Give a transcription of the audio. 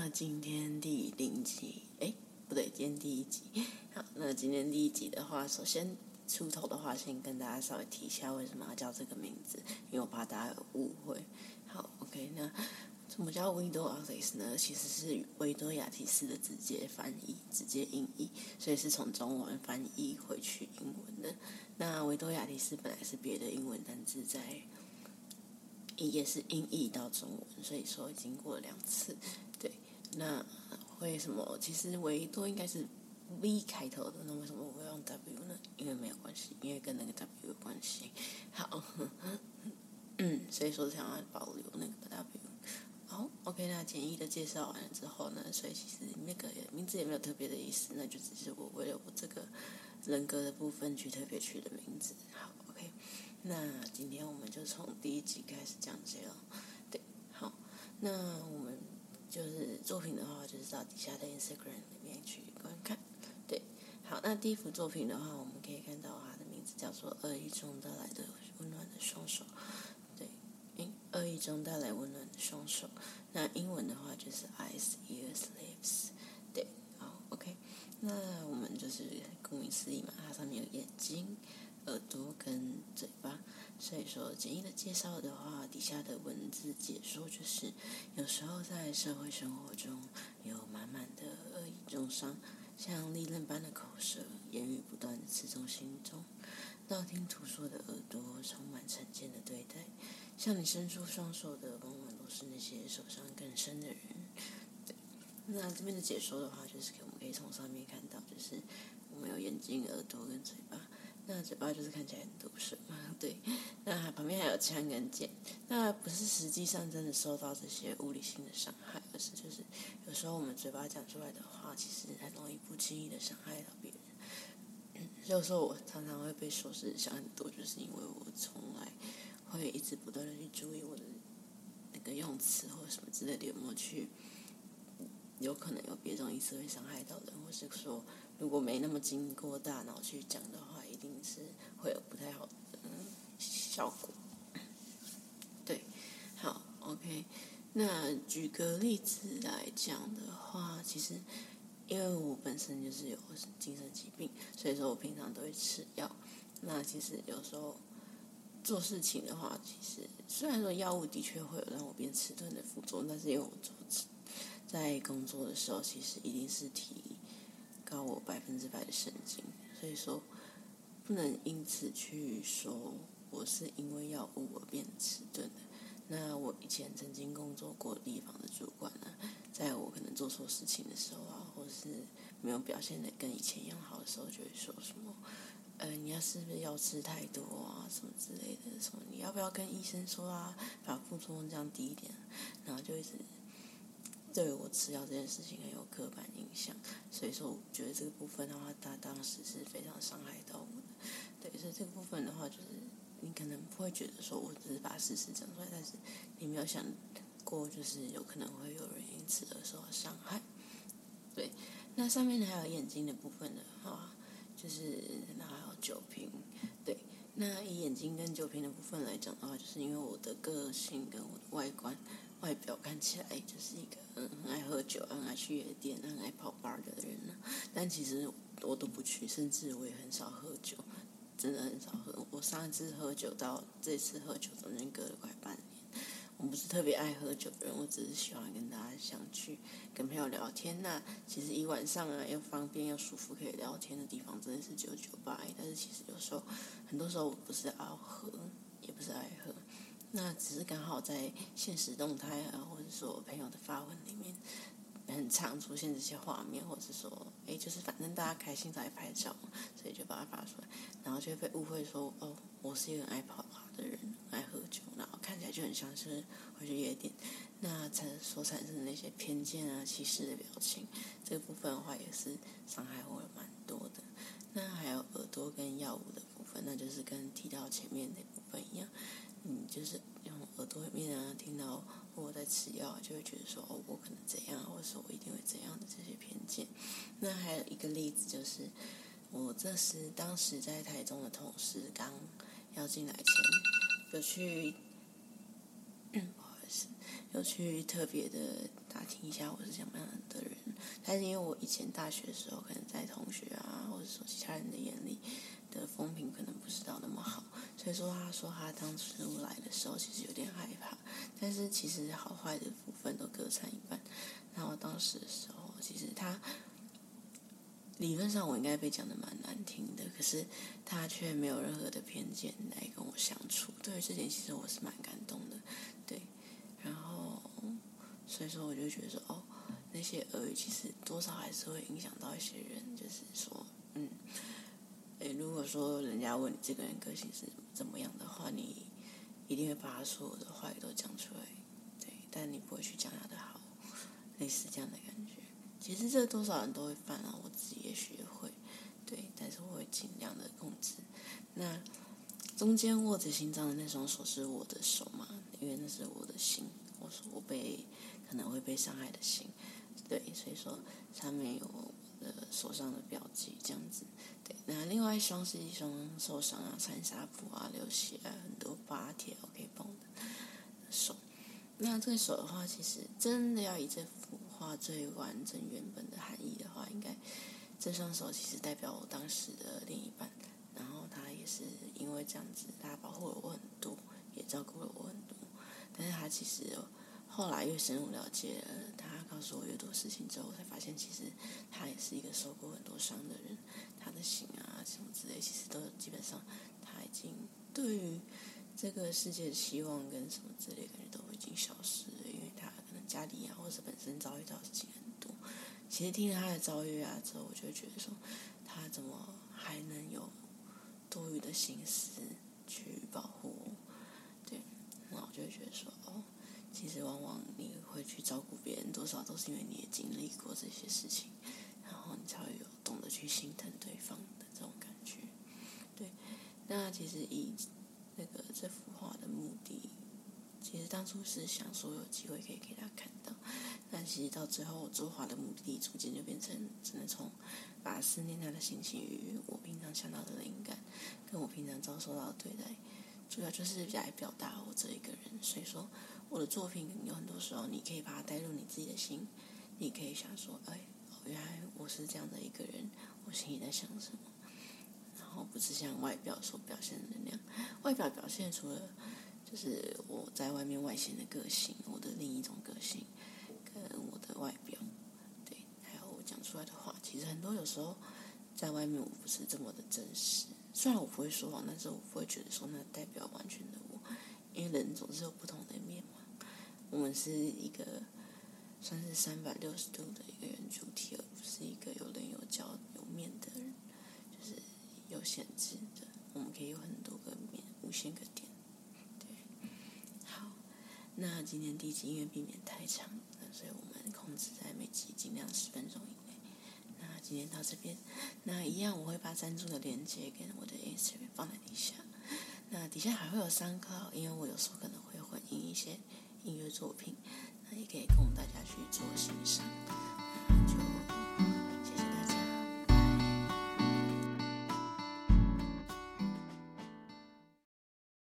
今天第0集，不对，今天第1集。好，那今天第1集的话，首先出头的话，先跟大家稍微提一下为什么要叫这个名字，因为我怕大家有误会。好 ，OK， 那什么叫 Window Office 呢？其实是维多亚提斯的直接翻译、直接音译，所以是从中文翻译回去英文的。那维多亚提斯本来是别的英文单字也是音译到中文，所以说经过了2次。对，那为什么其实维多应该是 V 开头的，那为什么我会用 W 呢？因为没有关系，因为跟那个 W 有关系。好，所以说想要保留那个 W。好 ，OK， 那简易的介绍完了之后呢，所以其实那个名字也没有特别的意思，那就只是我为了我这个人格的部分去特别取的名字。好 ，OK， 那今天我们就从第1集开始讲解了。对，好，那我们就是作品的话，就是到底下的 Instagram 里面去观看。对，好，那第一幅作品的话，我们可以看到它的名字叫做《恶意中带来的温暖的双手》。恶意中带来温暖的双手，那英文的话就是 eyes, ears, lips。 对，好 OK， 那我们就是顾名思义嘛，它上面有眼睛、耳朵跟嘴巴，所以说简易的介绍的话，底下的文字解说就是有时候在社会生活中有满满的恶意中伤，像利刃般的口舌，言语不断的刺中心中，道听途说的耳朵充满成见的对待，向你伸出双手的往往都是那些受伤更深的人。对，那这边的解说的话，就是我们可以从上面看到，就是我们有眼睛、耳朵跟嘴巴，那嘴巴就是看起来很毒舌嘛。对，那旁边还有枪跟剑，那不是实际上真的受到这些物理性的伤害，而是就是有时候我们嘴巴讲出来的话，其实很容易不经意的伤害到别人。所以说我常常会被说是想很多，就是因为我从来会一直不断的去注意我的那个用词或者什么之类的有没有去，有可能有别种意思会伤害到人，或是说如果没那么经过大脑去讲的话，一定是会有不太好的效果。对，好 OK， 那举个例子来讲的话，其实因为我本身就是有精神疾病，所以说我平常都会吃药。那其实有时候做事情的话，其实虽然说药物的确会有让我变迟钝的副作用，但是因为我在工作的时候，其实一定是提高我100%的神经，所以说不能因此去说我是因为药物而变迟钝的。那我以前曾经工作过的地方的主管呢，在我可能做错事情的时候啊，或是没有表现的跟以前一样好的时候，就会说什么你要是不是药吃太多啊，什么之类的，什么你要不要跟医生说啊，把副作用降低一点，然后就一直对我吃药这件事情很有刻板印象，所以说我觉得这个部分的话，他当时是非常伤害到我的。对，所以这个部分的话，就是你可能不会觉得说我只是把事实讲出来，但是你没有想过，就是有可能会有人因此而受到伤害。对，那上面还有眼睛的部分的话，就是那还有酒瓶。对，那以眼睛跟酒瓶的部分来讲的话，就是因为我的个性跟我的外表看起来就是一个很爱喝酒、很爱去夜店、很爱跑 bar 的人呢。但其实我都不去，甚至我也很少喝酒，真的很少喝。我上一次喝酒到这次喝酒中间隔了快半年。我不是特别爱喝酒的人，我只是喜欢跟大家相聚，跟朋友聊天。那其实一晚上啊，又方便又舒服可以聊天的地方，真的是只有酒吧。但是其实很多时候我不是爱喝，也不是爱喝，那只是刚好在现实动态啊，或者说我朋友的发文里面，很常出现这些画面，或者是说，就是反正大家开心才拍照，所以就把它发出来，然后就会被误会说，我是一个爱跑趴的人，爱喝酒，然后看起来就很像是会去夜店，那所产生的那些偏见啊、歧视的表情，这个部分的话也是伤害我蛮多的。那还有耳朵跟药物的部分，那就是跟提到前面那部分一样，就是用耳朵里面啊听到我在吃药，就会觉得说我可能怎样，或者说我一定会怎样的这些偏见。那还有一个例子就是，我当时在台中的同事刚要进来前，有去不好意是有去特别的打听一下我是什么样的人。但是因为我以前大学的时候，可能在同学啊，或者说其他人的眼里的风评可能不是到那么好，所以说他说他当初来的时候其实有点害怕，但是其实好坏的部分都各占一半。然后当时的时候，其实他理论上我应该被讲的蛮难听的，可是他却没有任何的偏见来跟我相处。对于这点，其实我是蛮感动的。对，然后所以说我就觉得说，那些耳语其实多少还是会影响到一些人，就是说，如果说人家问你这个人个性是怎么样的话，你一定会把他所有的坏都讲出来，对，但你不会去讲他的好，类似这样的感觉。其实这多少人都会犯啊，我自己也许也会，对，但是我会尽量的控制。那中间握着心脏的那双手是我的手嘛，因为那是我的心，我说我可能会被伤害的心，对，所以说上面有我的手上的标记这样子。对，那另外一双是一双受伤啊、穿纱布啊、流血啊、很多疤贴 OK 绷的手。那这个手的话，其实真的要以这幅画最完整原本的含义的话，应该这双手其实代表我当时的另一半，然后他也是因为这样子，他保护了我很多，也照顾了我很多。但是他其实后来越深入了解了，他告诉我越多事情之后，我才发现其实他也是一个受过很多伤的人，他的心啊什么之类，其实都基本上他已经对于这个世界的希望跟什么之类，感觉都已经消失了，因为他可能家里啊，或者本身遭遇到的事情很多。其实听了他的遭遇啊之后，我就会觉得说，他怎么还能有多余的心思去保护我？对，那我就会觉得说，其实往往你会去照顾别人，多少都是因为你也经历过这些事情，然后你才会有懂得去心疼对方的这种感觉。对，那其实以这幅画的目的，其实当初是想说有机会可以给他看到，但其实到最后我作画的目的逐渐就变成只能从把思念他的心情与我平常想到的灵感，跟我平常遭受到的对待，主要就是来表达我这一个人。所以说我的作品有很多时候你可以把它带入你自己的心，你可以想说，原来我是这样的一个人，我心里在想什么，然后不是像外表所表现的那样。外表表现除了就是我在外面外显的个性，我的另一种个性，跟我的外表，对，还有我讲出来的话，其实很多有时候在外面我不是这么的真实。虽然我不会说谎，但是我不会觉得说那代表完全的我，因为人总是有不同的面嘛。我们是一个算是360度的一个圆柱体，而不是一个有棱有角有面的人，就是有限制的。我们可以有很多个面，无限个点。对，好，那今天第一集因为避免太长，所以我们控制在每集尽量10分钟以内。那今天到这边，那一样我会把赞助的链接跟我的 Instagram 放在底下。那底下还会有SoundCloud，因为我有时候可能会混音一些音乐作品，那也可以供大家去做欣赏。